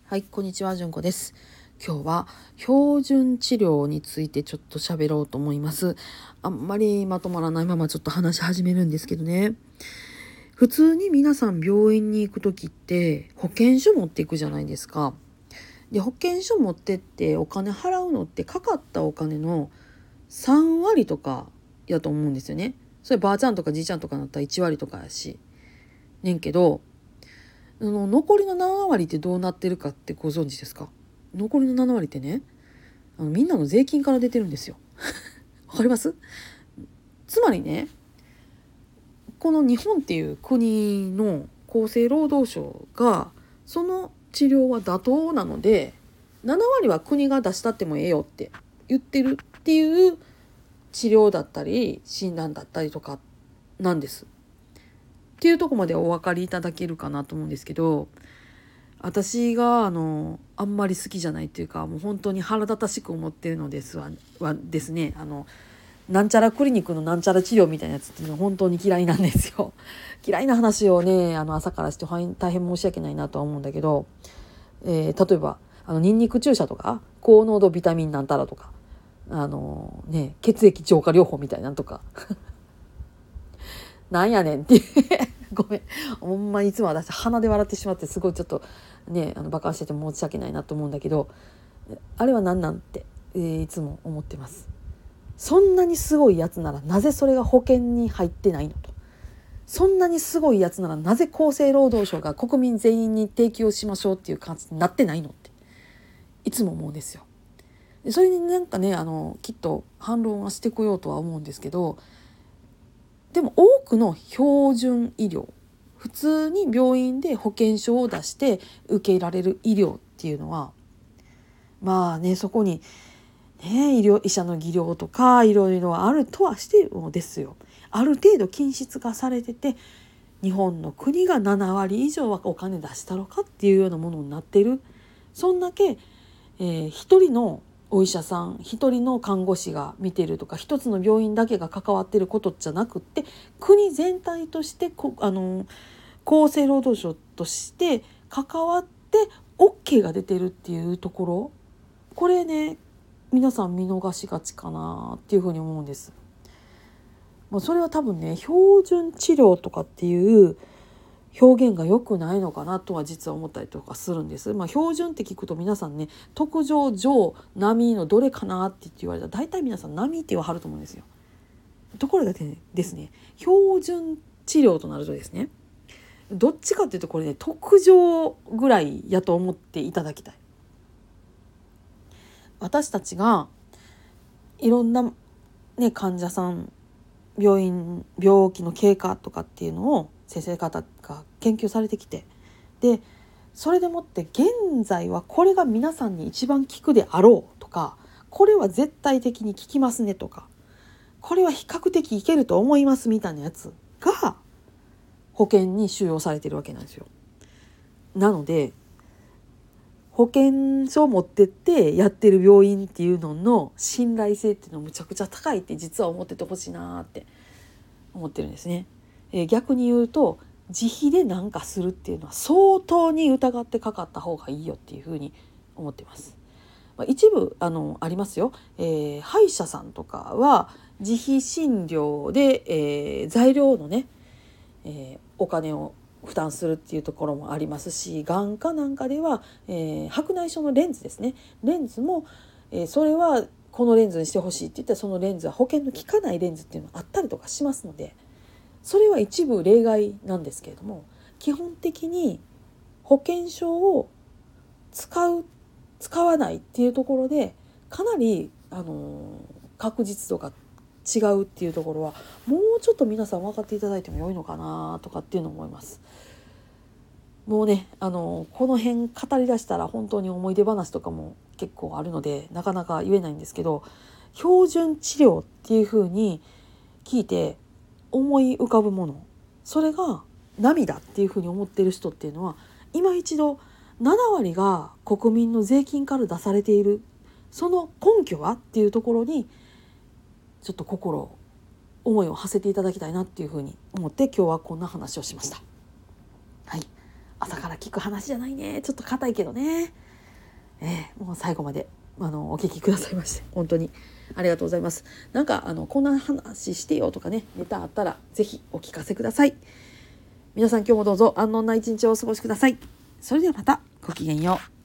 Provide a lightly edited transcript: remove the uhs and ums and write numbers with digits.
はい、こんにちは、じゅんこです。今日は標準治療についてちょっと喋ろうと思います。あんまりまとまらないままちょっと話し始めるんですけどね。普通に皆さん病院に行くときって保険証持っていくじゃないですか。で、保険証持ってってお金払うのってかかったお金の3割とかやと思うんですよね。そればあちゃんとかじいちゃんとかだったら1割とかやし。ねんけど、残りの7割ってどうなってるかってご存知ですか？残りの7割ってね、みんなの税金から出てるんですよ。わかります？つまりね、この日本っていう国の厚生労働省がその治療は妥当なので、7割は国が出したってもええよって言ってるっていう治療だったり診断だったりとかなんです。っていうとこまでお分かりいただけるかなと思うんですけど、私があんまり好きじゃないっていうか、もう本当に腹立たしく思ってるのはですね、なんちゃらクリニックのなんちゃら治療みたいなやつっていうのは本当に嫌いなんですよ。嫌いな話をね、朝からして大変申し訳ないなとは思うんだけど、例えばニンニク注射とか高濃度ビタミンなんたらとか、血液浄化療法みたいなんとかなんやねんっていうごめん、ほんまにいつも私鼻で笑ってしまって、すごいちょっとねバカしてて申し訳ないなと思うんだけど、あれは何なんて、いつも思ってます。そんなにすごいやつならなぜそれが保険に入ってないのと、そんなにすごいやつならなぜ厚生労働省が国民全員に提供しましょうっていう感じになってないのっていつも思うんですよ。それになんかねきっと反論はしてこようとは思うんですけど、でも多くの標準医療、普通に病院で保険証を出して受けられる医療っていうのは、まあね、そこにね医者の技量とかいろいろあるとはしてもですよ、ある程度均質化されてて、日本の国が7割以上はお金出したのかっていうようなものになってる。そんだけ、一人のお医者さん、一人の看護師が見てるとか、一つの病院だけが関わってることじゃなくって、国全体として厚生労働省として関わって OK が出てるっていうところ、これね皆さん見逃しがちかなっていうふうに思うんです。もうそれは多分ね、標準治療とかっていう表現が良くないのかなとは実は思ったりとかするんです。標準って聞くと皆さんね、特上上並のどれかなって言われたら大体皆さん並って言わはると思うんですよ。ところがですね、標準治療となるとですね、どっちかっていうとこれね、特上ぐらいやと思っていただきたい。私たちがいろんなね患者さん、病気の経過とかっていうのを先生方が研究されてきて、でそれでもって現在はこれが皆さんに一番効くであろうとか、これは絶対的に効きますねとか、これは比較的いけると思いますみたいなやつが保険に収容されているわけなんですよ。なので保険証を持ってってやってる病院っていうのの信頼性っていうのはむちゃくちゃ高いって実は思っててほしいなって思ってるんですね。逆に言うと自費で何かするっていうのは相当に疑ってかかった方がいいよっていうふうに思ってます。一部ありますよ、歯医者さんとかは自費診療で、材料のね、お金を負担するっていうところもありますし、眼科なんかでは、白内障のレンズですね、レンズも、それはこのレンズにしてほしいって言ったらそのレンズは保険の効かないレンズっていうのがあったりとかしますので、それは一部例外なんですけれども、基本的に保険証を使わないっていうところでかなり、確実度が違うっていうところはもうちょっと皆さん分かっていただいても良いのかなとかっていうのを思います。もうねこの辺語りだしたら本当に思い出話とかも結構あるのでなかなか言えないんですけど、標準治療っていう風に聞いて思い浮かぶもの、それが涙っていう風に思っている人っていうのは今一度7割が国民の税金から出されている、その根拠はっていうところにちょっと思いを馳せていただきたいなっていう風に思って今日はこんな話をしました。はい、 朝から聞く話じゃないね。ちょっと硬いけどね。もう最後までお聞きくださいまして本当にありがとうございます。なんかこんな話してよとかね、ネタあったらぜひお聞かせください。皆さん今日もどうぞ安穏な一日をお過ごしください。それではまたごきげんよう。